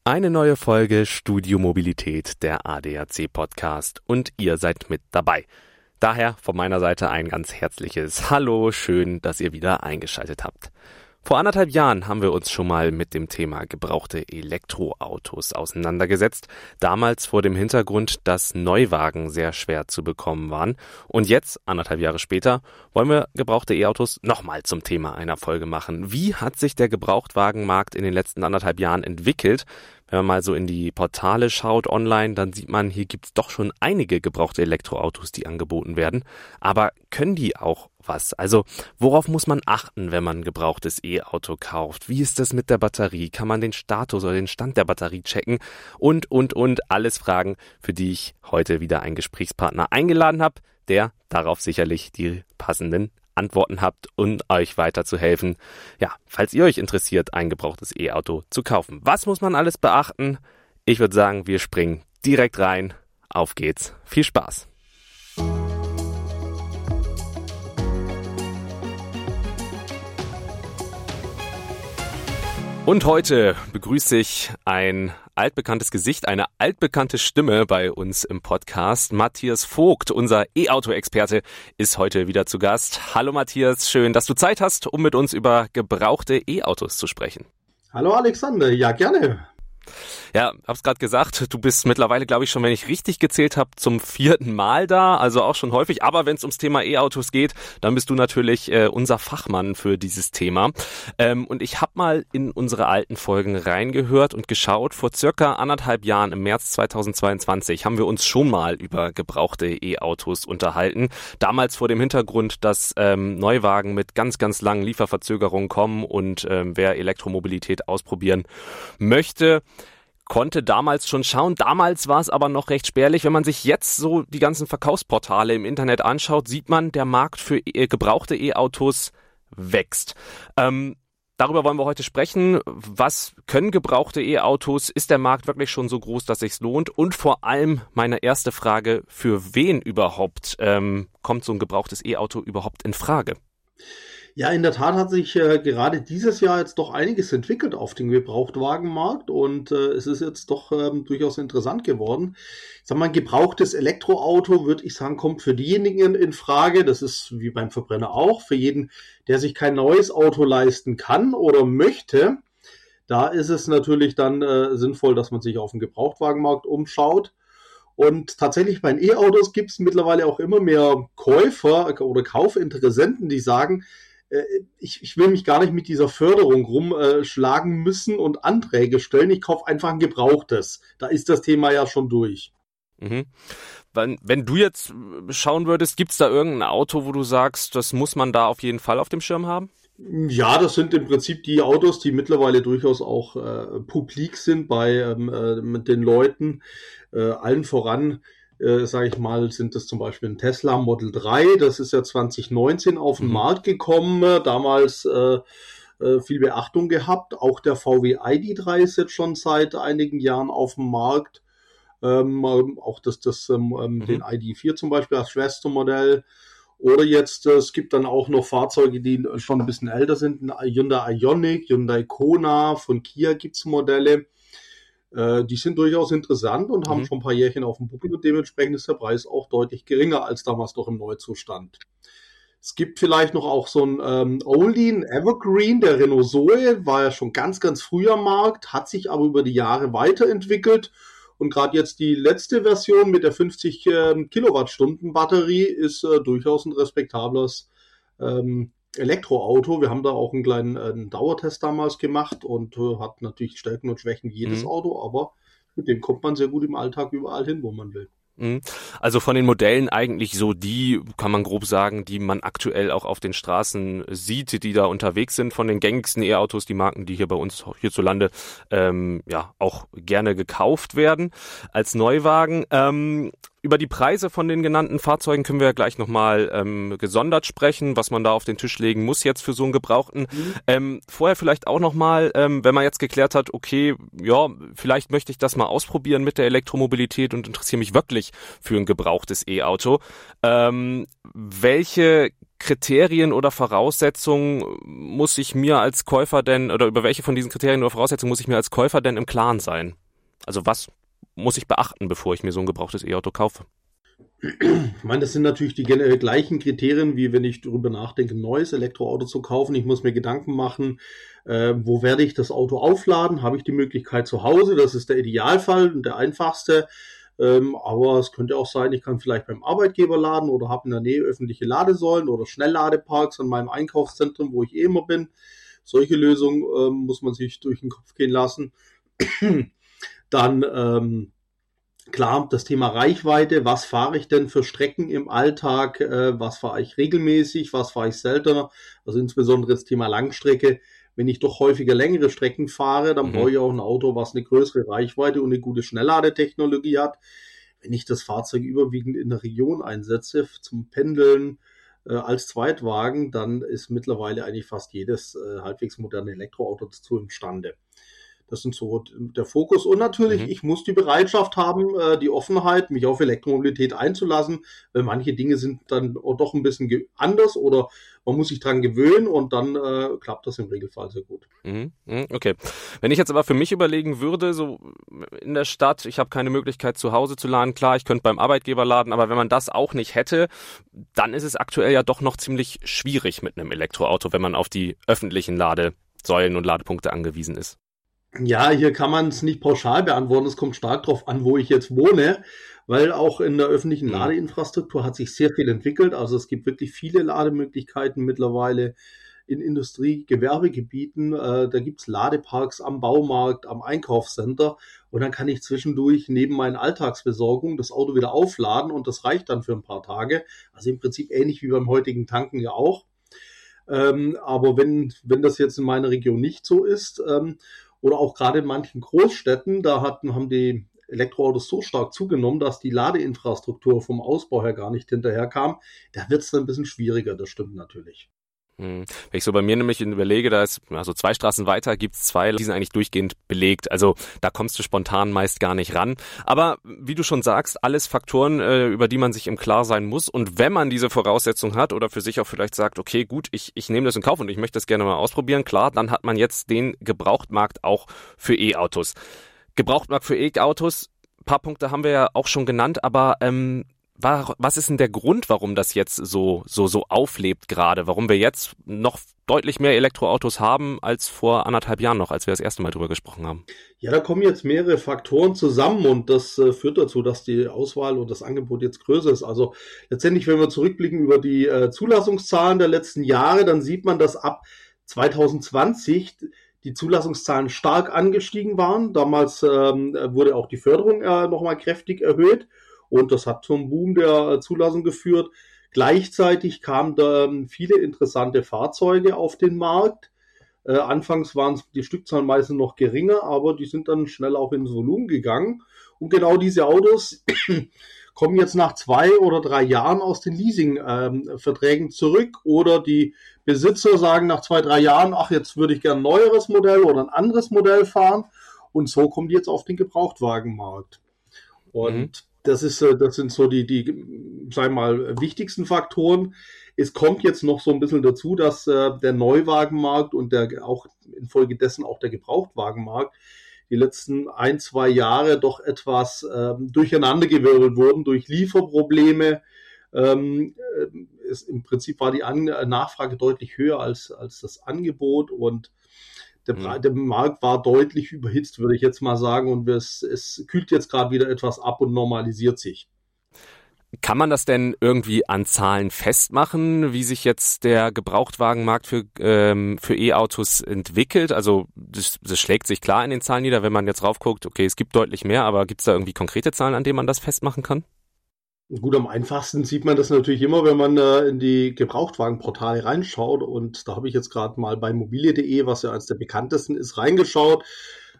Eine neue Folge Studio Mobilität, der ADAC Podcast, und ihr seid mit dabei. Daher von meiner Seite ein ganz herzliches Hallo, schön, dass ihr wieder eingeschaltet habt. Vor 1,5 Jahren haben wir uns schon mal mit dem Thema gebrauchte Elektroautos auseinandergesetzt. Damals vor dem Hintergrund, dass Neuwagen sehr schwer zu bekommen waren. Und jetzt, 1,5 Jahre später, wollen wir gebrauchte E-Autos nochmal zum Thema einer Folge machen. Wie hat sich der Gebrauchtwagenmarkt in den letzten 1,5 Jahren entwickelt? Wenn man mal so in die Portale schaut online, dann sieht man, hier gibt's doch schon einige gebrauchte Elektroautos, die angeboten werden. Aber können die auch was? Also worauf muss man achten, wenn man ein gebrauchtes E-Auto kauft? Wie ist das mit der Batterie? Kann man den Status oder den Stand der Batterie checken? Und alles Fragen, für die ich heute wieder einen Gesprächspartner eingeladen habe, der darauf sicherlich die passenden Antworten habt und euch weiterzuhelfen. Ja, falls ihr euch interessiert, ein gebrauchtes E-Auto zu kaufen. Was muss man alles beachten? Ich würde sagen, wir springen direkt rein. Auf geht's. Viel Spaß. Und heute begrüße ich ein altbekanntes Gesicht, eine altbekannte Stimme bei uns im Podcast. Matthias Vogt, unser E-Auto-Experte, ist heute wieder zu Gast. Hallo Matthias, schön, dass du Zeit hast, um mit uns über gebrauchte E-Autos zu sprechen. Hallo Alexander, ja gerne. Ja, hab's gerade gesagt, du bist mittlerweile, glaube ich schon, wenn ich richtig gezählt habe, zum 4. Mal da, also auch schon häufig. Aber wenn es ums Thema E-Autos geht, dann bist du natürlich unser Fachmann für dieses Thema. Und ich habe mal in unsere alten Folgen reingehört und geschaut. Vor circa 1,5 Jahren, im März 2022, haben wir uns schon mal über gebrauchte E-Autos unterhalten. Damals vor dem Hintergrund, dass Neuwagen mit ganz, ganz langen Lieferverzögerungen kommen und wer Elektromobilität ausprobieren möchte, konnte damals schon schauen. Damals war es aber noch recht spärlich. Wenn man sich jetzt so die ganzen Verkaufsportale im Internet anschaut, sieht man, der Markt für gebrauchte E-Autos wächst. Darüber wollen wir heute sprechen. Was können gebrauchte E-Autos? Ist der Markt wirklich schon so groß, dass sich's lohnt? Und vor allem meine erste Frage, für wen überhaupt kommt so ein gebrauchtes E-Auto überhaupt in Frage? Ja, in der Tat hat sich gerade dieses Jahr jetzt doch einiges entwickelt auf dem Gebrauchtwagenmarkt und es ist jetzt doch durchaus interessant geworden. Ich sag mal, ein gebrauchtes Elektroauto, würde ich sagen, kommt für diejenigen in Frage, das ist wie beim Verbrenner auch, für jeden, der sich kein neues Auto leisten kann oder möchte. Da ist es natürlich dann sinnvoll, dass man sich auf dem Gebrauchtwagenmarkt umschaut. Und tatsächlich bei den E-Autos gibt es mittlerweile auch immer mehr Käufer oder Kaufinteressenten, die sagen, ich will mich gar nicht mit dieser Förderung rumschlagen müssen und Anträge stellen. Ich kaufe einfach ein Gebrauchtes. Da ist das Thema ja schon durch. Mhm. Wenn du jetzt schauen würdest, gibt es da irgendein Auto, wo du sagst, das muss man da auf jeden Fall auf dem Schirm haben? Ja, das sind im Prinzip die Autos, die mittlerweile durchaus auch publik sind bei mit den Leuten. Allen voran, sage ich mal, sind das zum Beispiel ein Tesla Model 3. Das ist ja 2019 auf den Markt gekommen. Damals viel Beachtung gehabt. Auch der VW ID.3 ist jetzt schon seit einigen Jahren auf dem Markt. Auch den ID.4 zum Beispiel als Schwestermodell. Oder jetzt, es gibt dann auch noch Fahrzeuge, die schon ein bisschen älter sind. Ein Hyundai Ioniq, Hyundai Kona, von Kia gibt's Modelle. Die sind durchaus interessant und haben schon ein paar Jährchen auf dem Buckel und dementsprechend ist der Preis auch deutlich geringer als damals noch im Neuzustand. Es gibt vielleicht noch auch so ein Oldie, ein Evergreen, der Renault Zoe, war ja schon ganz, ganz früh am Markt, hat sich aber über die Jahre weiterentwickelt. Und gerade jetzt die letzte Version mit der 50 Kilowattstunden Batterie ist durchaus ein respektables Elektroauto. Wir haben da auch einen kleinen Dauertest damals gemacht und hat natürlich Stärken und Schwächen wie jedes Auto, aber mit dem kommt man sehr gut im Alltag überall hin, wo man will. Also von den Modellen eigentlich so die, kann man grob sagen, die man aktuell auch auf den Straßen sieht, die da unterwegs sind, von den gängigsten E-Autos, die Marken, die hier bei uns hierzulande auch gerne gekauft werden als Neuwagen. Über die Preise von den genannten Fahrzeugen können wir ja gleich nochmal gesondert sprechen, was man da auf den Tisch legen muss jetzt für so einen Gebrauchten. Vorher vielleicht auch nochmal, wenn man jetzt geklärt hat, okay, ja, vielleicht möchte ich das mal ausprobieren mit der Elektromobilität und interessiere mich wirklich für ein gebrauchtes E-Auto. Welche Kriterien oder Voraussetzungen muss ich mir als Käufer denn, oder über welche von diesen Kriterien oder Voraussetzungen muss ich mir als Käufer denn im Klaren sein? Also was muss ich beachten, bevor ich mir so ein gebrauchtes E-Auto kaufe? Ich meine, das sind natürlich die gleichen Kriterien, wie wenn ich darüber nachdenke, ein neues Elektroauto zu kaufen. Ich muss mir Gedanken machen, wo werde ich das Auto aufladen? Habe ich die Möglichkeit zu Hause? Das ist der Idealfall und der einfachste. Aber es könnte auch sein, ich kann vielleicht beim Arbeitgeber laden oder habe in der Nähe öffentliche Ladesäulen oder Schnellladeparks an meinem Einkaufszentrum, wo ich immer bin. Solche Lösungen muss man sich durch den Kopf gehen lassen. Dann klar, das Thema Reichweite, was fahre ich denn für Strecken im Alltag, was fahre ich regelmäßig, was fahre ich seltener, also insbesondere das Thema Langstrecke. Wenn ich doch häufiger längere Strecken fahre, dann brauche ich auch ein Auto, was eine größere Reichweite und eine gute Schnellladetechnologie hat. Wenn ich das Fahrzeug überwiegend in der Region einsetze, zum Pendeln als Zweitwagen, dann ist mittlerweile eigentlich fast jedes halbwegs moderne Elektroauto dazu imstande. Das sind so der Fokus. Und natürlich, ich muss die Bereitschaft haben, die Offenheit, mich auf Elektromobilität einzulassen, weil manche Dinge sind dann doch ein bisschen anders oder man muss sich dran gewöhnen und dann klappt das im Regelfall sehr gut. Okay. Wenn ich jetzt aber für mich überlegen würde, so in der Stadt, ich habe keine Möglichkeit zu Hause zu laden, klar, ich könnte beim Arbeitgeber laden, aber wenn man das auch nicht hätte, dann ist es aktuell ja doch noch ziemlich schwierig mit einem Elektroauto, wenn man auf die öffentlichen Ladesäulen und Ladepunkte angewiesen ist. Ja, hier kann man es nicht pauschal beantworten. Es kommt stark darauf an, wo ich jetzt wohne, weil auch in der öffentlichen Ladeinfrastruktur hat sich sehr viel entwickelt. Also es gibt wirklich viele Lademöglichkeiten mittlerweile in Industrie-, Gewerbegebieten. Da gibt's Ladeparks am Baumarkt, am Einkaufscenter und dann kann ich zwischendurch neben meiner Alltagsbesorgung das Auto wieder aufladen und das reicht dann für ein paar Tage. Also im Prinzip ähnlich wie beim heutigen Tanken ja auch. Aber wenn das jetzt in meiner Region nicht so ist, oder auch gerade in manchen Großstädten, da haben die Elektroautos so stark zugenommen, dass die Ladeinfrastruktur vom Ausbau her gar nicht hinterherkam. Da wird es dann ein bisschen schwieriger, das stimmt natürlich. Wenn ich so bei mir nämlich überlege, da ist also 2 Straßen weiter, gibt's 2, die sind eigentlich durchgehend belegt. Also da kommst du spontan meist gar nicht ran. Aber wie du schon sagst, alles Faktoren, über die man sich im Klaren sein muss. Und wenn man diese Voraussetzung hat oder für sich auch vielleicht sagt, okay, gut, ich nehme das in Kauf und ich möchte das gerne mal ausprobieren, klar, dann hat man jetzt den Gebrauchtmarkt auch für E-Autos. Gebrauchtmarkt für E-Autos, paar Punkte haben wir ja auch schon genannt, aber was ist denn der Grund, warum das jetzt so auflebt gerade? Warum wir jetzt noch deutlich mehr Elektroautos haben als vor 1,5 Jahren noch, als wir das erste Mal drüber gesprochen haben? Ja, da kommen jetzt mehrere Faktoren zusammen und das führt dazu, dass die Auswahl und das Angebot jetzt größer ist. Also letztendlich, wenn wir zurückblicken über die Zulassungszahlen der letzten Jahre, dann sieht man, dass ab 2020 die Zulassungszahlen stark angestiegen waren. Damals wurde auch die Förderung nochmal kräftig erhöht. Und das hat zum Boom der Zulassung geführt. Gleichzeitig kamen da viele interessante Fahrzeuge auf den Markt. Anfangs waren die Stückzahlen meistens noch geringer, aber die sind dann schnell auch ins Volumen gegangen. Und genau diese Autos kommen jetzt nach 2 oder 3 Jahren aus den Leasing-Verträgen zurück. Oder die Besitzer sagen nach 2, 3 Jahren, ach, jetzt würde ich gerne ein neueres Modell oder ein anderes Modell fahren. Und so kommen die jetzt auf den Gebrauchtwagenmarkt. Und das sind so die sagen wir mal, wichtigsten Faktoren. Es kommt jetzt noch so ein bisschen dazu, dass der Neuwagenmarkt und auch infolgedessen auch der Gebrauchtwagenmarkt die letzten 1, 2 Jahre doch etwas durcheinandergewirbelt wurden durch Lieferprobleme. Im Prinzip war die Nachfrage deutlich höher als das Angebot und der Markt war deutlich überhitzt, würde ich jetzt mal sagen, und es kühlt jetzt gerade wieder etwas ab und normalisiert sich. Kann man das denn irgendwie an Zahlen festmachen, wie sich jetzt der Gebrauchtwagenmarkt für E-Autos entwickelt? Also das schlägt sich klar in den Zahlen nieder, wenn man jetzt raufguckt, okay, es gibt deutlich mehr, aber gibt es da irgendwie konkrete Zahlen, an denen man das festmachen kann? Gut, am einfachsten sieht man das natürlich immer, wenn man in die Gebrauchtwagenportale reinschaut. Und da habe ich jetzt gerade mal bei mobile.de, was ja eines der bekanntesten ist, reingeschaut.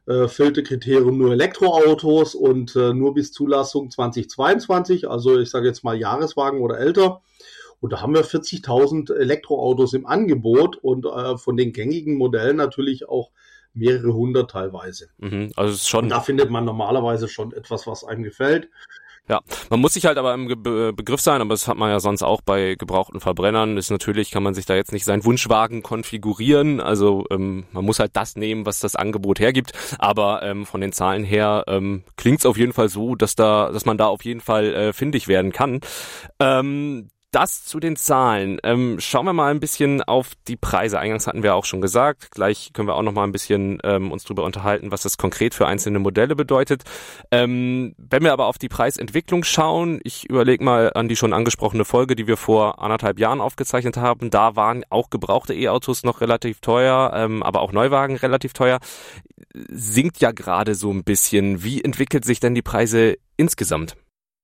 Filterkriterium nur Elektroautos und nur bis Zulassung 2022, also ich sage jetzt mal Jahreswagen oder älter. Und da haben wir 40.000 Elektroautos im Angebot und von den gängigen Modellen natürlich auch mehrere hundert teilweise. Also es ist schon. Und da findet man normalerweise schon etwas, was einem gefällt. Ja, man muss sich halt aber im Begriff sein, aber das hat man ja sonst auch bei gebrauchten Verbrennern. Ist natürlich, kann man sich da jetzt nicht seinen Wunschwagen konfigurieren. Also man muss halt das nehmen, was das Angebot hergibt. Aber von den Zahlen her klingt es auf jeden Fall so, dass man da auf jeden Fall fündig werden kann. Das zu den Zahlen. Schauen wir mal ein bisschen auf die Preise. Eingangs hatten wir auch schon gesagt. Gleich können wir auch noch mal ein bisschen uns drüber unterhalten, was das konkret für einzelne Modelle bedeutet. Wenn wir aber auf die Preisentwicklung schauen, ich überlege mal an die schon angesprochene Folge, die wir vor 1,5 Jahren aufgezeichnet haben. Da waren auch gebrauchte E-Autos noch relativ teuer, aber auch Neuwagen relativ teuer. Sinkt ja gerade so ein bisschen. Wie entwickelt sich denn die Preise insgesamt?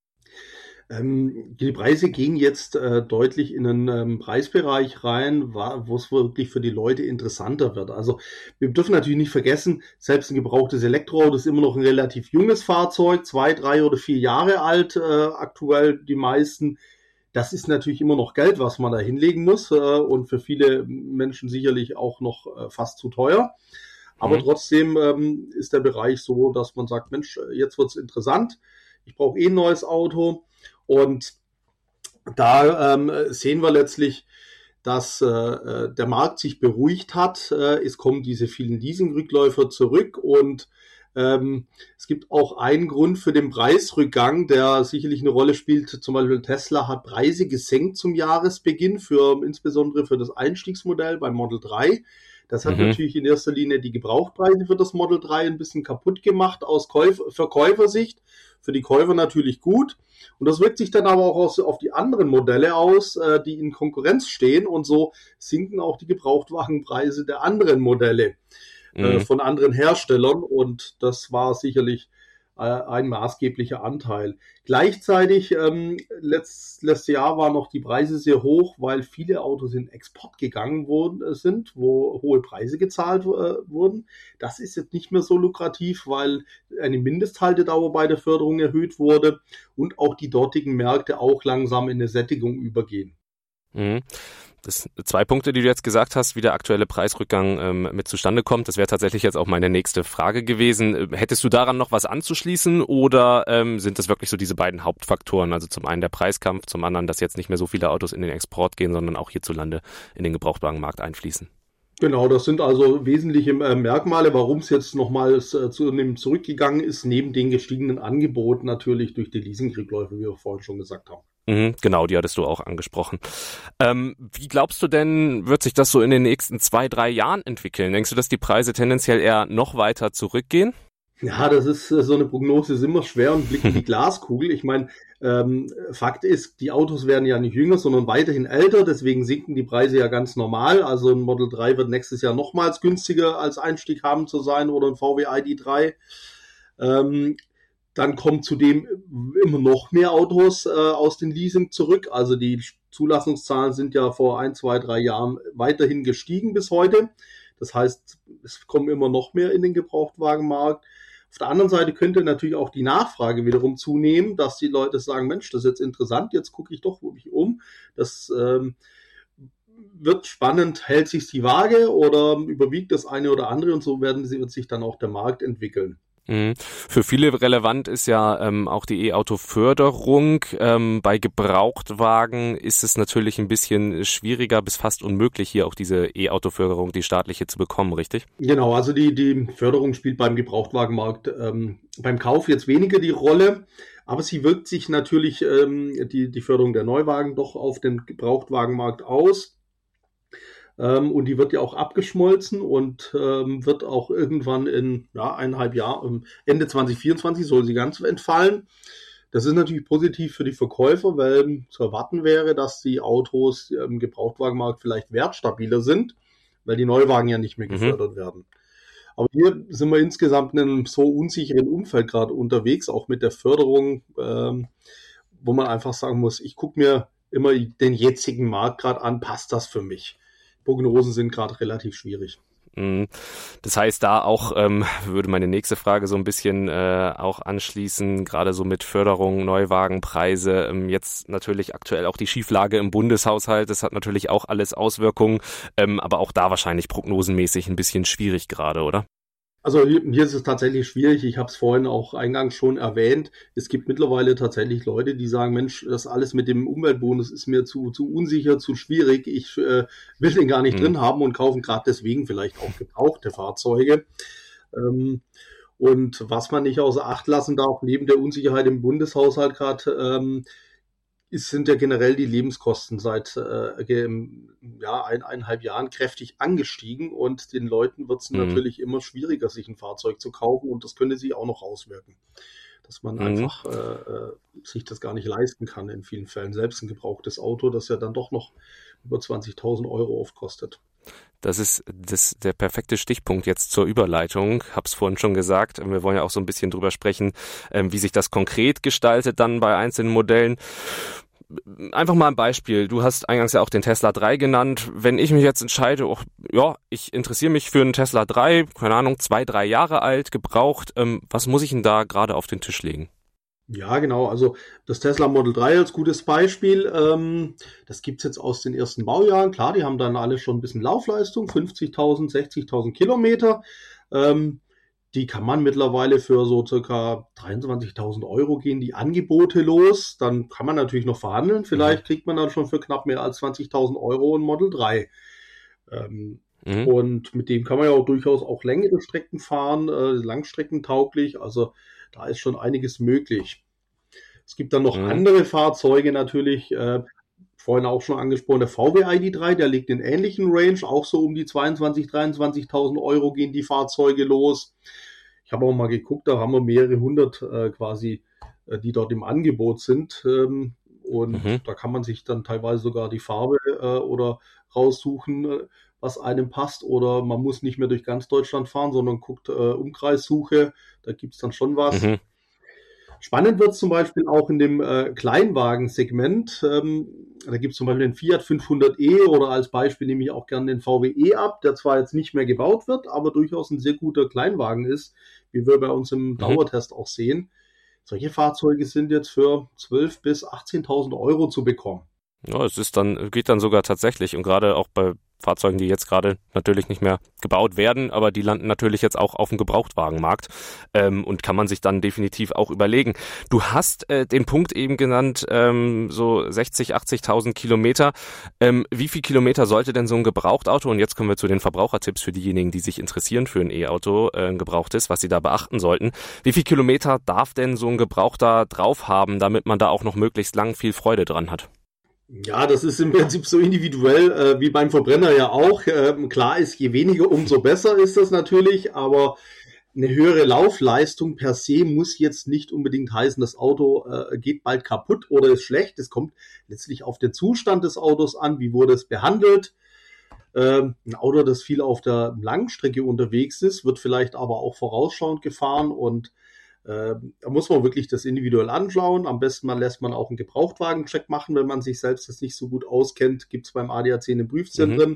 Die Preise gehen jetzt deutlich in einen Preisbereich rein, wo es wirklich für die Leute interessanter wird. Also wir dürfen natürlich nicht vergessen, selbst ein gebrauchtes Elektroauto ist immer noch ein relativ junges Fahrzeug, 2, 3 oder 4 Jahre alt, aktuell die meisten. Das ist natürlich immer noch Geld, was man da hinlegen muss und für viele Menschen sicherlich auch noch fast zu teuer. Aber trotzdem ist der Bereich so, dass man sagt, Mensch, jetzt wird's interessant, ich brauche ein neues Auto. Und da sehen wir letztlich, dass der Markt sich beruhigt hat. Es kommen diese vielen Leasingrückläufer zurück und es gibt auch einen Grund für den Preisrückgang, der sicherlich eine Rolle spielt. Zum Beispiel Tesla hat Preise gesenkt zum Jahresbeginn, insbesondere für das Einstiegsmodell beim Model 3. Das hat natürlich in erster Linie die Gebrauchtpreise für das Model 3 ein bisschen kaputt gemacht aus Verkäufersicht. Für die Käufer natürlich gut. Und das wirkt sich dann aber auch auf die anderen Modelle aus, die in Konkurrenz stehen. Und so sinken auch die Gebrauchtwagenpreise der anderen Modelle von anderen Herstellern. Und das war sicherlich ein maßgeblicher Anteil. Gleichzeitig, letztes Jahr waren noch die Preise sehr hoch, weil viele Autos in Export gegangen sind, wo hohe Preise gezahlt wurden. Das ist jetzt nicht mehr so lukrativ, weil eine Mindesthaltedauer bei der Förderung erhöht wurde und auch die dortigen Märkte auch langsam in eine Sättigung übergehen. Das 2 Punkte, die du jetzt gesagt hast, wie der aktuelle Preisrückgang mit zustande kommt. Das wäre tatsächlich jetzt auch meine nächste Frage gewesen. Hättest du daran noch was anzuschließen oder sind das wirklich so diese beiden Hauptfaktoren? Also zum einen der Preiskampf, zum anderen, dass jetzt nicht mehr so viele Autos in den Export gehen, sondern auch hierzulande in den Gebrauchtwagenmarkt einfließen. Genau, das sind also wesentliche Merkmale, warum es jetzt nochmals zunehmend zurückgegangen ist, neben den gestiegenen Angeboten natürlich durch die Leasingrückläufe, wie wir vorhin schon gesagt haben. Genau, die hattest du auch angesprochen. Wie glaubst du denn, wird sich das so in den nächsten 2, 3 Jahren entwickeln? Denkst du, dass die Preise tendenziell eher noch weiter zurückgehen? Ja, das ist so eine Prognose, ist immer schwer und blickt in die Glaskugel. Ich meine, Fakt ist, die Autos werden ja nicht jünger, sondern weiterhin älter, deswegen sinken die Preise ja ganz normal. Also ein Model 3 wird nächstes Jahr nochmals günstiger als Einstieg haben zu sein oder ein VW ID3. Dann kommen zudem immer noch mehr Autos aus den Leasing zurück. Also die Zulassungszahlen sind ja vor 1, 2, 3 Jahren weiterhin gestiegen bis heute. Das heißt, es kommen immer noch mehr in den Gebrauchtwagenmarkt. Auf der anderen Seite könnte natürlich auch die Nachfrage wiederum zunehmen, dass die Leute sagen, Mensch, das ist jetzt interessant, jetzt gucke ich doch mich um. Das wird spannend, hält sich die Waage oder überwiegt das eine oder andere und so wird sich dann auch der Markt entwickeln. Für viele relevant ist ja auch die E-Auto-Förderung. Bei Gebrauchtwagen ist es natürlich ein bisschen schwieriger bis fast unmöglich, hier auch diese E-Auto-Förderung, die staatliche, zu bekommen, richtig? Genau, also die Förderung spielt beim Gebrauchtwagenmarkt beim Kauf jetzt weniger die Rolle, aber sie wirkt sich natürlich die Förderung der Neuwagen doch auf den Gebrauchtwagenmarkt aus. Und die wird ja auch abgeschmolzen und wird auch irgendwann in 1,5 Jahren, Ende 2024 soll sie ganz entfallen. Das ist natürlich positiv für die Verkäufer, weil zu erwarten wäre, dass die Autos im Gebrauchtwagenmarkt vielleicht wertstabiler sind, weil die Neuwagen ja nicht mehr gefördert werden. Aber hier sind wir insgesamt in einem so unsicheren Umfeld gerade unterwegs, auch mit der Förderung, wo man einfach sagen muss, ich gucke mir immer den jetzigen Markt gerade an, passt das für mich? Prognosen sind gerade relativ schwierig. Das heißt, da auch würde meine nächste Frage so ein bisschen auch anschließen, gerade so mit Förderung, Neuwagenpreise, jetzt natürlich aktuell auch die Schieflage im Bundeshaushalt, das hat natürlich auch alles Auswirkungen, aber auch da wahrscheinlich prognosenmäßig ein bisschen schwierig gerade, oder? Also hier ist es tatsächlich schwierig. Ich habe es vorhin auch eingangs schon erwähnt. Es gibt mittlerweile tatsächlich Leute, die sagen, Mensch, das alles mit dem Umweltbonus ist mir zu unsicher, zu schwierig. Ich will den gar nicht drin haben und kaufen gerade deswegen vielleicht auch gebrauchte Fahrzeuge. Und was man nicht außer Acht lassen darf, neben der Unsicherheit im Bundeshaushalt gerade, sind ja generell die Lebenskosten seit 1,5 Jahren kräftig angestiegen und den Leuten wird es natürlich immer schwieriger, sich ein Fahrzeug zu kaufen und das könnte sich auch noch auswirken, dass man einfach sich das gar nicht leisten kann in vielen Fällen. Selbst ein gebrauchtes Auto, das ja dann doch noch über 20.000 Euro oft kostet. Das ist der perfekte Stichpunkt jetzt zur Überleitung. Hab's vorhin schon gesagt. Wir wollen ja auch so ein bisschen drüber sprechen, wie sich das konkret gestaltet dann bei einzelnen Modellen. Einfach mal ein Beispiel. Du hast eingangs ja auch den Tesla 3 genannt. Wenn ich mich jetzt entscheide, ich interessiere mich für einen Tesla 3, keine Ahnung, 2-3 Jahre alt, gebraucht, was muss ich denn da gerade auf den Tisch legen? Ja, genau. Also das Tesla Model 3 als gutes Beispiel. Das gibt's jetzt aus den ersten Baujahren. Klar, die haben dann alle schon ein bisschen Laufleistung, 50.000, 60.000 Kilometer. Die kann man mittlerweile für so circa 23.000 Euro gehen die Angebote los. Dann kann man natürlich noch verhandeln. Vielleicht kriegt man dann schon für knapp mehr als 20.000 Euro ein Model 3. Und mit dem kann man ja auch durchaus auch längere Strecken fahren, langstreckentauglich. Also da ist schon einiges möglich. Es gibt dann noch andere Fahrzeuge natürlich, vorhin auch schon angesprochen, der VW ID.3, der liegt in ähnlichen Range, auch so um die 22.000, 23.000 Euro gehen die Fahrzeuge los. Ich habe auch mal geguckt, da haben wir mehrere hundert die dort im Angebot sind. Da kann man sich dann teilweise sogar die Farbe oder raussuchen, was einem passt. Oder man muss nicht mehr durch ganz Deutschland fahren, sondern guckt Umkreissuche. Da gibt's dann schon was. Spannend wird es zum Beispiel auch in dem Kleinwagensegment. Da gibt es zum Beispiel den Fiat 500e oder als Beispiel nehme ich auch gerne den VW E-Up, der zwar jetzt nicht mehr gebaut wird, aber durchaus ein sehr guter Kleinwagen ist, wie wir bei uns im Dauertest auch sehen. Solche Fahrzeuge sind jetzt für 12.000 bis 18.000 Euro zu bekommen. Ja, geht dann sogar tatsächlich und gerade auch bei Fahrzeugen, die jetzt gerade natürlich nicht mehr gebaut werden, aber die landen natürlich jetzt auch auf dem Gebrauchtwagenmarkt und kann man sich dann definitiv auch überlegen. Du hast den Punkt eben genannt, so 60.000, 80.000 Kilometer. Wie viel Kilometer sollte denn so ein Gebrauchtauto, und jetzt kommen wir zu den Verbrauchertipps für diejenigen, die sich interessieren für ein E-Auto, ein gebrauchtes, was sie da beachten sollten. Wie viel Kilometer darf denn so ein Gebrauchter drauf haben, damit man da auch noch möglichst lang viel Freude dran hat? Ja, das ist im Prinzip so individuell wie beim Verbrenner ja auch. Klar ist, je weniger, umso besser ist das natürlich, aber eine höhere Laufleistung per se muss jetzt nicht unbedingt heißen, das Auto geht bald kaputt oder ist schlecht. Es kommt letztlich auf den Zustand des Autos an, wie wurde es behandelt. Ein Auto, das viel auf der Langstrecke unterwegs ist, wird vielleicht aber auch vorausschauend gefahren und da muss man wirklich das individuell anschauen. Am besten lässt man auch einen Gebrauchtwagencheck machen, wenn man sich selbst das nicht so gut auskennt. Gibt es beim ADAC in den Prüfzentren.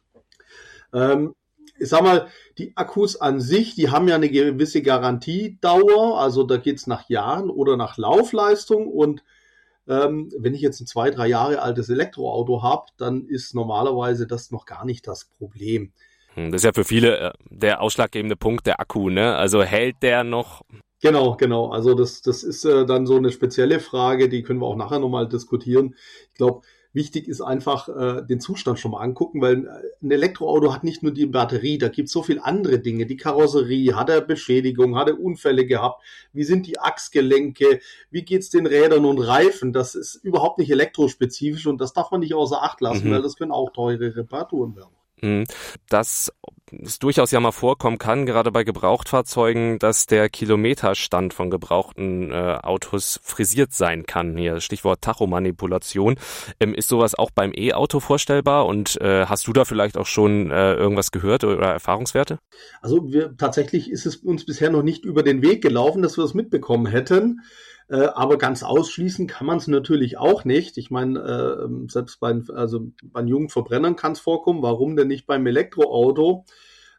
Ich sag mal, die Akkus an sich, die haben ja eine gewisse Garantiedauer. Also da geht es nach Jahren oder nach Laufleistung. Und wenn ich jetzt ein 2-3 Jahre altes Elektroauto habe, dann ist normalerweise das noch gar nicht das Problem. Das ist ja für viele der ausschlaggebende Punkt, der Akku, ne? Also hält der noch? Genau. Also das ist dann so eine spezielle Frage, die können wir auch nachher nochmal diskutieren. Ich glaube, wichtig ist einfach den Zustand schon mal angucken, weil ein Elektroauto hat nicht nur die Batterie, da gibt es so viele andere Dinge. Die Karosserie, hat er Beschädigung, hat er Unfälle gehabt, wie sind die Achsgelenke, wie geht's den Rädern und Reifen, das ist überhaupt nicht elektrospezifisch und das darf man nicht außer Acht lassen, weil das können auch teure Reparaturen werden. Dass es durchaus ja mal vorkommen kann, gerade bei Gebrauchtfahrzeugen, dass der Kilometerstand von gebrauchten Autos frisiert sein kann. Hier Stichwort Tachomanipulation. Ist sowas auch beim E-Auto vorstellbar und hast du da vielleicht auch schon irgendwas gehört oder Erfahrungswerte? Also tatsächlich ist es uns bisher noch nicht über den Weg gelaufen, dass wir es mitbekommen hätten. Aber ganz ausschließen kann man es natürlich auch nicht. Ich meine, selbst bei jungen Verbrennern kann es vorkommen. Warum denn nicht beim Elektroauto?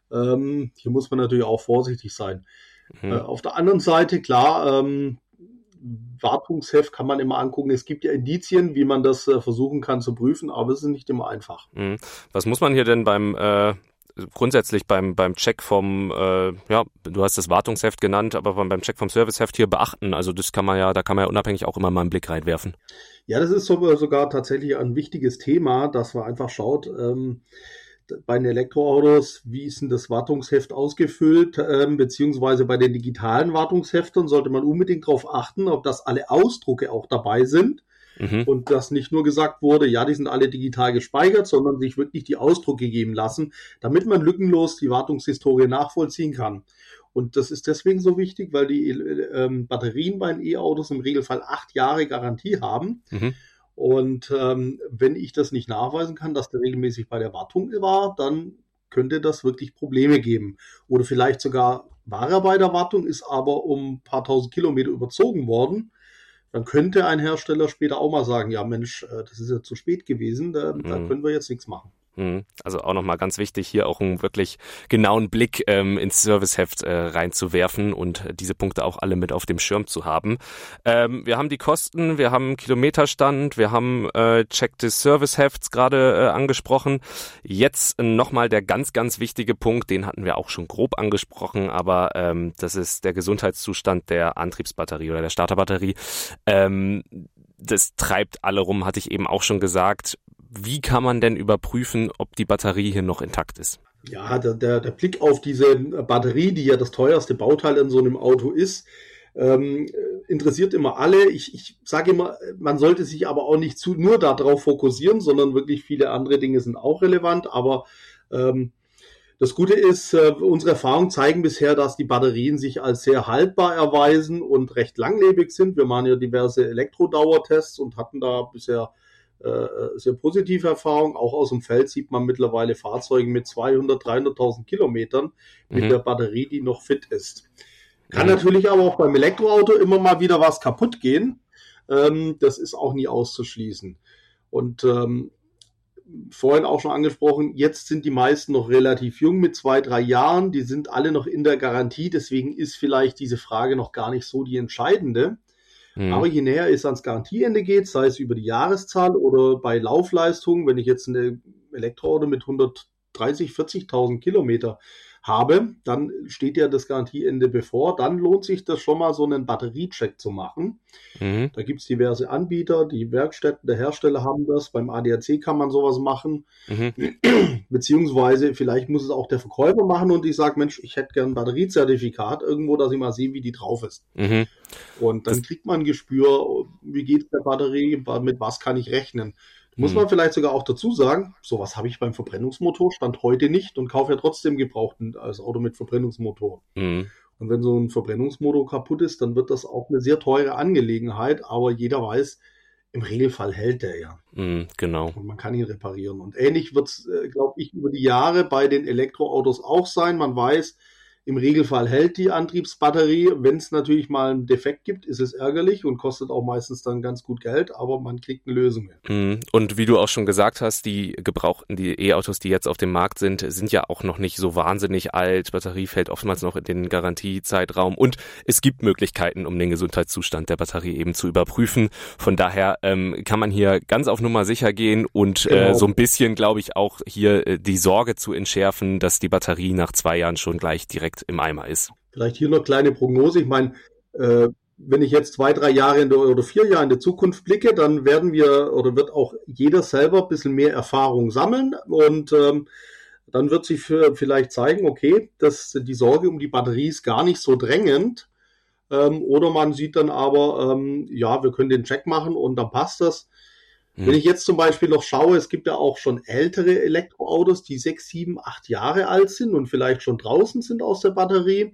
Hier muss man natürlich auch vorsichtig sein. Mhm. Auf der anderen Seite, klar, Wartungsheft kann man immer angucken. Es gibt ja Indizien, wie man das versuchen kann zu prüfen, aber es ist nicht immer einfach. Mhm. Was muss man hier denn grundsätzlich beim Check vom, du hast das Wartungsheft genannt, aber beim Check vom Serviceheft hier beachten? Also da kann man ja unabhängig auch immer mal einen Blick reinwerfen. Ja, das ist sogar tatsächlich ein wichtiges Thema, dass man einfach schaut, bei den Elektroautos, wie ist denn das Wartungsheft ausgefüllt, beziehungsweise bei den digitalen Wartungsheftern sollte man unbedingt darauf achten, ob das alle Ausdrucke auch dabei sind Mhm. und dass nicht nur gesagt wurde, ja, die sind alle digital gespeichert, sondern sich wirklich die Ausdrucke geben lassen, damit man lückenlos die Wartungshistorie nachvollziehen kann. Und das ist deswegen so wichtig, weil die Batterien bei den E-Autos im Regelfall 8 Jahre Garantie haben. Mhm. Und wenn ich das nicht nachweisen kann, dass der regelmäßig bei der Wartung war, dann könnte das wirklich Probleme geben. Oder vielleicht sogar war er bei der Wartung, ist aber um ein paar tausend Kilometer überzogen worden. Dann könnte ein Hersteller später auch mal sagen, ja Mensch, das ist ja zu spät gewesen, da können wir jetzt nichts machen. Also auch nochmal ganz wichtig, hier auch einen wirklich genauen Blick ins Serviceheft reinzuwerfen und diese Punkte auch alle mit auf dem Schirm zu haben. Wir haben die Kosten, wir haben Kilometerstand, wir haben Check des Servicehefts gerade angesprochen. Jetzt nochmal der ganz, ganz wichtige Punkt, den hatten wir auch schon grob angesprochen, aber das ist der Gesundheitszustand der Antriebsbatterie oder der Starterbatterie. Das treibt alle rum, hatte ich eben auch schon gesagt. Wie kann man denn überprüfen, ob die Batterie hier noch intakt ist? Ja, der Blick auf diese Batterie, die ja das teuerste Bauteil in so einem Auto ist, interessiert immer alle. Ich sage immer, man sollte sich aber auch nicht nur darauf fokussieren, sondern wirklich viele andere Dinge sind auch relevant. Aber das Gute ist, unsere Erfahrungen zeigen bisher, dass die Batterien sich als sehr haltbar erweisen und recht langlebig sind. Wir machen ja diverse Elektrodauertests und hatten da bisher sehr positive Erfahrung. Auch aus dem Feld sieht man mittlerweile Fahrzeuge mit 200, 300.000 Kilometern mit der Batterie, die noch fit ist. Kann natürlich aber auch beim Elektroauto immer mal wieder was kaputt gehen. Das ist auch nie auszuschließen. Und vorhin auch schon angesprochen, jetzt sind die meisten noch relativ jung mit 2, 3 Jahren. Die sind alle noch in der Garantie. Deswegen ist vielleicht diese Frage noch gar nicht so die entscheidende. Aber je näher es ans Garantieende geht, sei es über die Jahreszahl oder bei Laufleistung, wenn ich jetzt eine Elektroauto mit 130, 40.000 Kilometer habe, dann steht ja das Garantieende bevor. Dann lohnt sich das schon mal, so einen Batteriecheck zu machen. Da gibt es diverse Anbieter, die Werkstätten der Hersteller haben das. Beim ADAC kann man sowas machen. Beziehungsweise vielleicht muss es auch der Verkäufer machen und ich sage, Mensch, ich hätte gern ein Batteriezertifikat irgendwo, dass ich mal sehe, wie die drauf ist. Und dann kriegt man ein Gespür, wie geht es der Batterie, mit was kann ich rechnen. Muss man vielleicht sogar auch dazu sagen, sowas habe ich beim Verbrennungsmotor, Stand heute nicht und kaufe ja trotzdem gebrauchten als Auto mit Verbrennungsmotor. Und wenn so ein Verbrennungsmotor kaputt ist, dann wird das auch eine sehr teure Angelegenheit, aber jeder weiß, im Regelfall hält der ja. Genau. Und man kann ihn reparieren. Und ähnlich wird es, glaube ich, über die Jahre bei den Elektroautos auch sein. Man weiß, im Regelfall hält die Antriebsbatterie. Wenn es natürlich mal einen Defekt gibt, ist es ärgerlich und kostet auch meistens dann ganz gut Geld, aber man kriegt eine Lösung hin. Und wie du auch schon gesagt hast, die E-Autos, die jetzt auf dem Markt sind ja auch noch nicht so wahnsinnig alt. Batterie fällt oftmals noch in den Garantiezeitraum und es gibt Möglichkeiten, um den Gesundheitszustand der Batterie eben zu überprüfen. Von daher kann man hier ganz auf Nummer sicher gehen und so ein bisschen, glaube ich, auch hier die Sorge zu entschärfen, dass die Batterie nach 2 Jahren schon gleich direkt im Eimer ist. Vielleicht hier noch kleine Prognose. Ich meine, wenn ich jetzt 2, 3 Jahre oder 4 Jahre in die Zukunft blicke, dann wird auch jeder selber ein bisschen mehr Erfahrung sammeln und dann wird sich vielleicht zeigen, okay, dass die Sorge um die Batterie ist gar nicht so drängend. Oder man sieht dann aber, wir können den Check machen und dann passt das. Wenn ich jetzt zum Beispiel noch schaue, es gibt ja auch schon ältere Elektroautos, die 6, 7, 8 Jahre alt sind und vielleicht schon draußen sind aus der Batterie.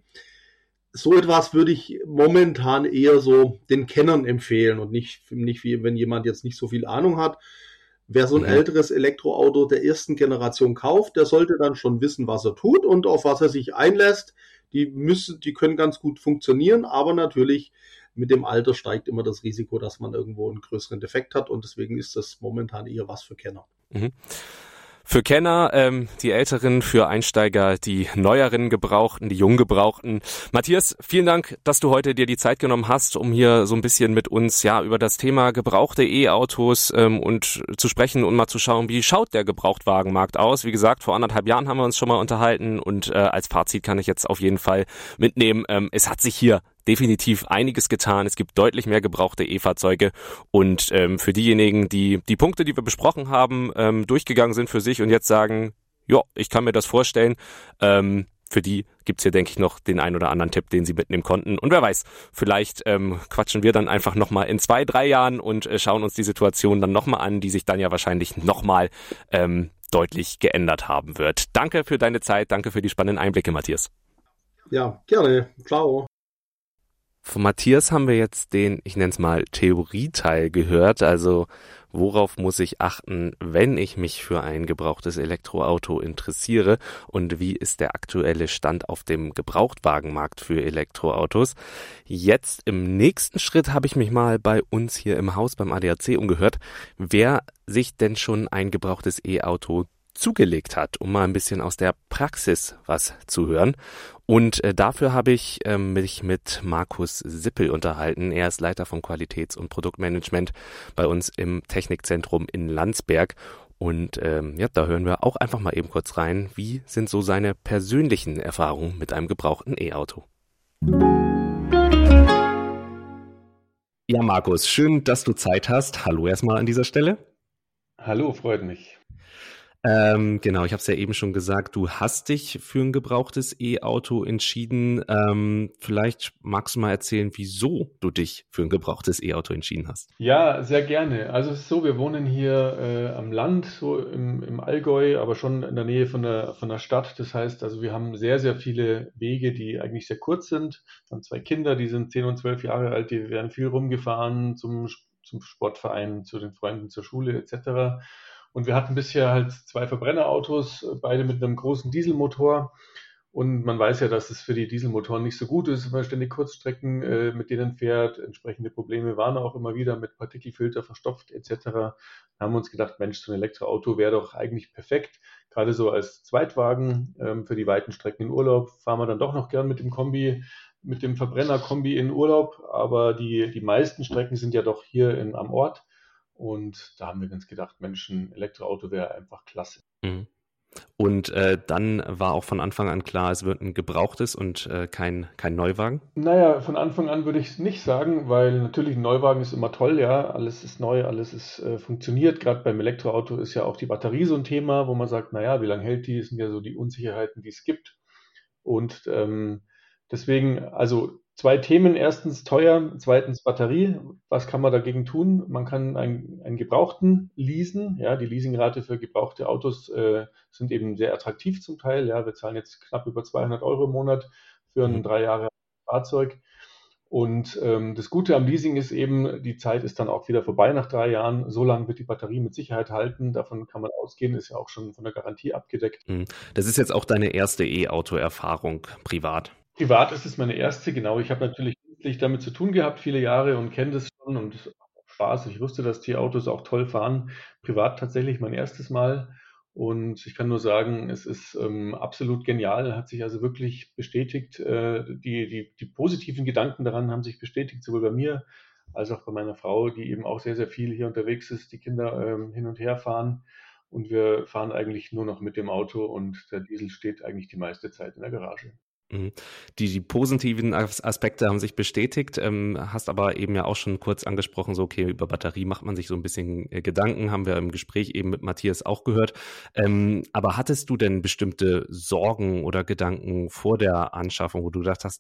So etwas würde ich momentan eher so den Kennern empfehlen und nicht wie wenn jemand jetzt nicht so viel Ahnung hat. Wer so ein älteres Elektroauto der ersten Generation kauft, der sollte dann schon wissen, was er tut und auf was er sich einlässt. Die können ganz gut funktionieren, aber natürlich mit dem Alter steigt immer das Risiko, dass man irgendwo einen größeren Defekt hat und deswegen ist das momentan eher was für Kenner. Für Kenner, die Älteren, für Einsteiger, die neueren Gebrauchten, die jungen Gebrauchten. Matthias, vielen Dank, dass du heute dir die Zeit genommen hast, um hier so ein bisschen mit uns über das Thema gebrauchte E-Autos und zu sprechen und mal zu schauen, wie schaut der Gebrauchtwagenmarkt aus. Wie gesagt, vor 1,5 Jahren haben wir uns schon mal unterhalten und als Fazit kann ich jetzt auf jeden Fall mitnehmen, es hat sich hier definitiv einiges getan. Es gibt deutlich mehr gebrauchte E-Fahrzeuge und für diejenigen, die die Punkte, die wir besprochen haben, durchgegangen sind für sich und jetzt sagen, ja, ich kann mir das vorstellen, für die gibt's hier, denke ich, noch den ein oder anderen Tipp, den sie mitnehmen konnten. Und wer weiß, vielleicht quatschen wir dann einfach nochmal in 2, 3 Jahren und schauen uns die Situation dann nochmal an, die sich dann ja wahrscheinlich nochmal deutlich geändert haben wird. Danke für deine Zeit, danke für die spannenden Einblicke, Matthias. Ja, gerne. Ciao. Von Matthias haben wir jetzt den, ich nenne es mal, Theorieteil gehört. Also worauf muss ich achten, wenn ich mich für ein gebrauchtes Elektroauto interessiere und wie ist der aktuelle Stand auf dem Gebrauchtwagenmarkt für Elektroautos. Jetzt im nächsten Schritt habe ich mich mal bei uns hier im Haus beim ADAC umgehört, wer sich denn schon ein gebrauchtes E-Auto zugelegt hat, um mal ein bisschen aus der Praxis was zu hören. Und dafür habe ich mich mit Markus Sippel unterhalten. Er ist Leiter von Qualitäts- und Produktmanagement bei uns im Technikzentrum in Landsberg. Und da hören wir auch einfach mal eben kurz rein, wie sind so seine persönlichen Erfahrungen mit einem gebrauchten E-Auto. Ja, Markus, schön, dass du Zeit hast. Hallo erstmal an dieser Stelle. Hallo, freut mich. Genau, ich habe es ja eben schon gesagt, du hast dich für ein gebrauchtes E-Auto entschieden. Vielleicht magst du mal erzählen, wieso du dich für ein gebrauchtes E-Auto entschieden hast. Ja, sehr gerne. Also es ist so, wir wohnen hier am Land, so im Allgäu, aber schon in der Nähe von der Stadt. Das heißt, also wir haben sehr, sehr viele Wege, die eigentlich sehr kurz sind. Wir haben 2 Kinder, die sind 10 und 12 Jahre alt, die werden viel rumgefahren zum Sportverein, zu den Freunden, zur Schule etc. Und wir hatten bisher halt 2 Verbrennerautos, beide mit einem großen Dieselmotor. Und man weiß ja, dass es für die Dieselmotoren nicht so gut ist, wenn man ständig Kurzstrecken mit denen fährt. Entsprechende Probleme waren auch immer wieder mit Partikelfilter verstopft etc. Da haben wir uns gedacht, Mensch, so ein Elektroauto wäre doch eigentlich perfekt. Gerade so als Zweitwagen für die weiten Strecken in Urlaub fahren wir dann doch noch gern mit dem Kombi, mit dem Verbrenner-Kombi in Urlaub. Aber die meisten Strecken sind ja doch hier am Ort. Und da haben wir uns gedacht, Mensch, ein Elektroauto wäre einfach klasse. Mhm. Und dann war auch von Anfang an klar, es wird ein gebrauchtes und kein Neuwagen? Naja, von Anfang an würde ich es nicht sagen, weil natürlich ein Neuwagen ist immer toll, ja, alles ist neu, alles ist funktioniert. Gerade beim Elektroauto ist ja auch die Batterie so ein Thema, wo man sagt, naja, wie lange hält die? Das sind ja so die Unsicherheiten, die es gibt. Und deswegen, also 2 Themen. Erstens teuer, zweitens Batterie. Was kann man dagegen tun? Man kann einen Gebrauchten leasen. Ja, die Leasingrate für gebrauchte Autos sind eben sehr attraktiv zum Teil. Ja, wir zahlen jetzt knapp über 200 Euro im Monat für ein 3 Jahre Fahrzeug. Und das Gute am Leasing ist eben, die Zeit ist dann auch wieder vorbei nach 3 Jahren. So lange wird die Batterie mit Sicherheit halten. Davon kann man ausgehen, ist ja auch schon von der Garantie abgedeckt. Das ist jetzt auch deine erste E-Auto-Erfahrung privat. Privat ist es meine erste, genau. Ich habe natürlich beruflich damit zu tun gehabt, viele Jahre und kenne das schon und es macht auch Spaß. Ich wusste, dass die Autos auch toll fahren. Privat tatsächlich mein erstes Mal. Und ich kann nur sagen, es ist absolut genial, hat sich also wirklich bestätigt. Die positiven Gedanken daran haben sich bestätigt, sowohl bei mir als auch bei meiner Frau, die eben auch sehr, sehr viel hier unterwegs ist, die Kinder hin und her fahren. Und wir fahren eigentlich nur noch mit dem Auto und der Diesel steht eigentlich die meiste Zeit in der Garage. Die positiven Aspekte haben sich bestätigt, hast aber eben ja auch schon kurz angesprochen, so okay, über Batterie macht man sich so ein bisschen Gedanken, haben wir im Gespräch eben mit Matthias auch gehört. Aber hattest du denn bestimmte Sorgen oder Gedanken vor der Anschaffung, wo du gedacht hast,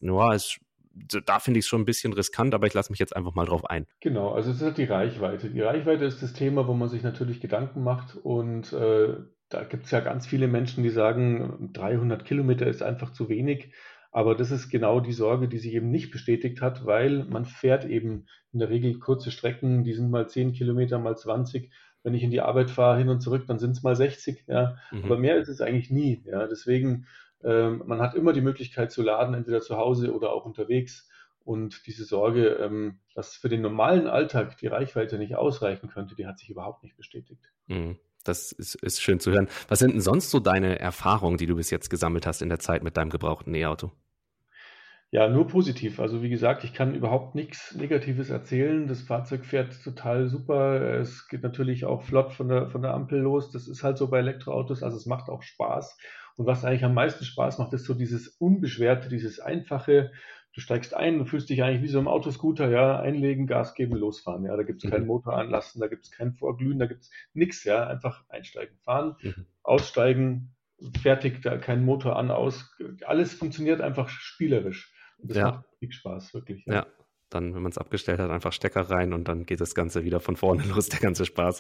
da finde ich es schon ein bisschen riskant, aber ich lasse mich jetzt einfach mal drauf ein? Genau, also es ist halt die Reichweite. Die Reichweite ist das Thema, wo man sich natürlich Gedanken macht und da gibt es ja ganz viele Menschen, die sagen, 300 Kilometer ist einfach zu wenig. Aber das ist genau die Sorge, die sich eben nicht bestätigt hat, weil man fährt eben in der Regel kurze Strecken, die sind mal 10 Kilometer, mal 20. Wenn ich in die Arbeit fahre, hin und zurück, dann sind es mal 60. Ja. Aber mehr ist es eigentlich nie. Ja. Deswegen, man hat immer die Möglichkeit zu laden, entweder zu Hause oder auch unterwegs. Und diese Sorge, dass für den normalen Alltag die Reichweite nicht ausreichen könnte, die hat sich überhaupt nicht bestätigt. Das ist schön zu hören. Was sind denn sonst so deine Erfahrungen, die du bis jetzt gesammelt hast in der Zeit mit deinem gebrauchten E-Auto? Ja, nur positiv. Also wie gesagt, ich kann überhaupt nichts Negatives erzählen. Das Fahrzeug fährt total super. Es geht natürlich auch flott von der Ampel los. Das ist halt so bei Elektroautos. Also es macht auch Spaß. Und was eigentlich am meisten Spaß macht, ist so dieses Unbeschwerte, dieses Einfache. Du steigst ein und fühlst dich eigentlich wie so im Autoscooter, ja, einlegen, Gas geben, losfahren. Ja, da gibt es keinen Motor anlassen, da gibt es kein Vorglühen, da gibt es nichts, ja, einfach einsteigen, fahren, aussteigen, fertig, da kein Motor an, aus. Alles funktioniert einfach spielerisch. Und das macht viel Spaß, wirklich. Ja. Dann, wenn man es abgestellt hat, einfach Stecker rein und dann geht das Ganze wieder von vorne los, der ganze Spaß.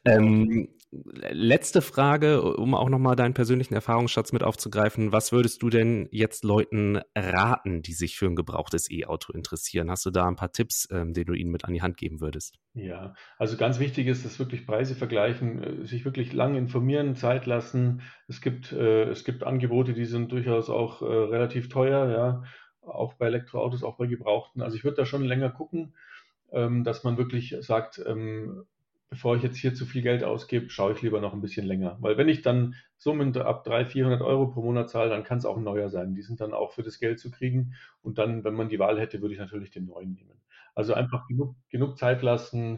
Letzte Frage, um auch nochmal deinen persönlichen Erfahrungsschatz mit aufzugreifen. Was würdest du denn jetzt Leuten raten, die sich für ein gebrauchtes E-Auto interessieren? Hast du da ein paar Tipps, die du ihnen mit an die Hand geben würdest? Ja, also ganz wichtig ist, dass wirklich Preise vergleichen, sich wirklich lang informieren, Zeit lassen. Es gibt Angebote, die sind durchaus auch relativ teuer, ja. Auch bei Elektroautos, auch bei Gebrauchten. Also ich würde da schon länger gucken, dass man wirklich sagt, bevor ich jetzt hier zu viel Geld ausgebe, schaue ich lieber noch ein bisschen länger. Weil wenn ich dann Summen ab 300-400 Euro pro Monat zahle, dann kann es auch ein neuer sein. Die sind dann auch für das Geld zu kriegen. Und dann, wenn man die Wahl hätte, würde ich natürlich den neuen nehmen. Also einfach genug Zeit lassen,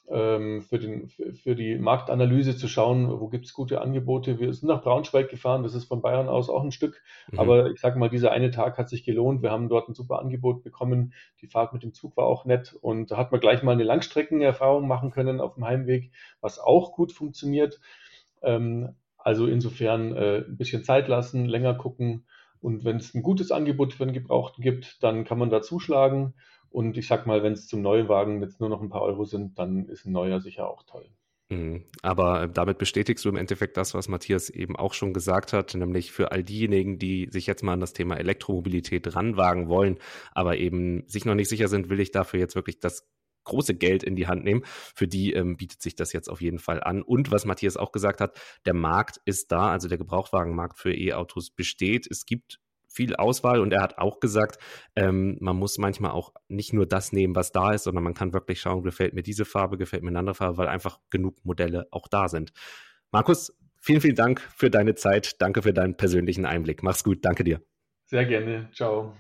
für die Marktanalyse zu schauen, wo gibt es gute Angebote. Wir sind nach Braunschweig gefahren, das ist von Bayern aus auch ein Stück, aber ich sage mal, dieser eine Tag hat sich gelohnt. Wir haben dort ein super Angebot bekommen. Die Fahrt mit dem Zug war auch nett und da hat man gleich mal eine Langstreckenerfahrung machen können auf dem Heimweg, was auch gut funktioniert. Also insofern ein bisschen Zeit lassen, länger gucken und wenn es ein gutes Angebot für einen Gebrauchten gibt, dann kann man da zuschlagen. Und ich sag mal, wenn es zum Neuwagen jetzt nur noch ein paar Euro sind, dann ist ein neuer sicher auch toll. Aber damit bestätigst du im Endeffekt das, was Matthias eben auch schon gesagt hat, nämlich für all diejenigen, die sich jetzt mal an das Thema Elektromobilität ranwagen wollen, aber eben sich noch nicht sicher sind, will ich dafür jetzt wirklich das große Geld in die Hand nehmen. Für die bietet sich das jetzt auf jeden Fall an. Und was Matthias auch gesagt hat, der Markt ist da, also der Gebrauchtwagenmarkt für E-Autos besteht. Es gibt viel Auswahl und er hat auch gesagt, man muss manchmal auch nicht nur das nehmen, was da ist, sondern man kann wirklich schauen, gefällt mir diese Farbe, gefällt mir eine andere Farbe, weil einfach genug Modelle auch da sind. Markus, vielen, vielen Dank für deine Zeit. Danke für deinen persönlichen Einblick. Mach's gut. Danke dir. Sehr gerne. Ciao.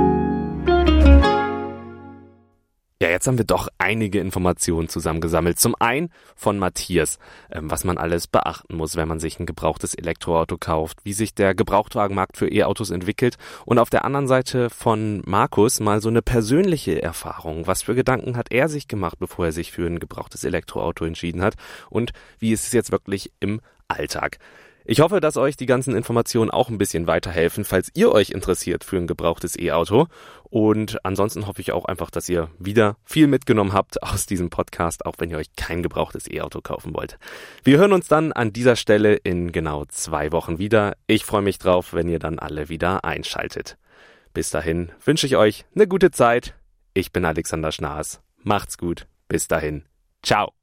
Ja, jetzt haben wir doch einige Informationen zusammengesammelt. Zum einen von Matthias, was man alles beachten muss, wenn man sich ein gebrauchtes Elektroauto kauft, wie sich der Gebrauchtwagenmarkt für E-Autos entwickelt und auf der anderen Seite von Markus mal so eine persönliche Erfahrung. Was für Gedanken hat er sich gemacht, bevor er sich für ein gebrauchtes Elektroauto entschieden hat und wie ist es jetzt wirklich im Alltag? Ich hoffe, dass euch die ganzen Informationen auch ein bisschen weiterhelfen, falls ihr euch interessiert für ein gebrauchtes E-Auto. Und ansonsten hoffe ich auch einfach, dass ihr wieder viel mitgenommen habt aus diesem Podcast, auch wenn ihr euch kein gebrauchtes E-Auto kaufen wollt. Wir hören uns dann an dieser Stelle in genau 2 Wochen wieder. Ich freue mich drauf, wenn ihr dann alle wieder einschaltet. Bis dahin wünsche ich euch eine gute Zeit. Ich bin Alexander Schnaas. Macht's gut. Bis dahin. Ciao.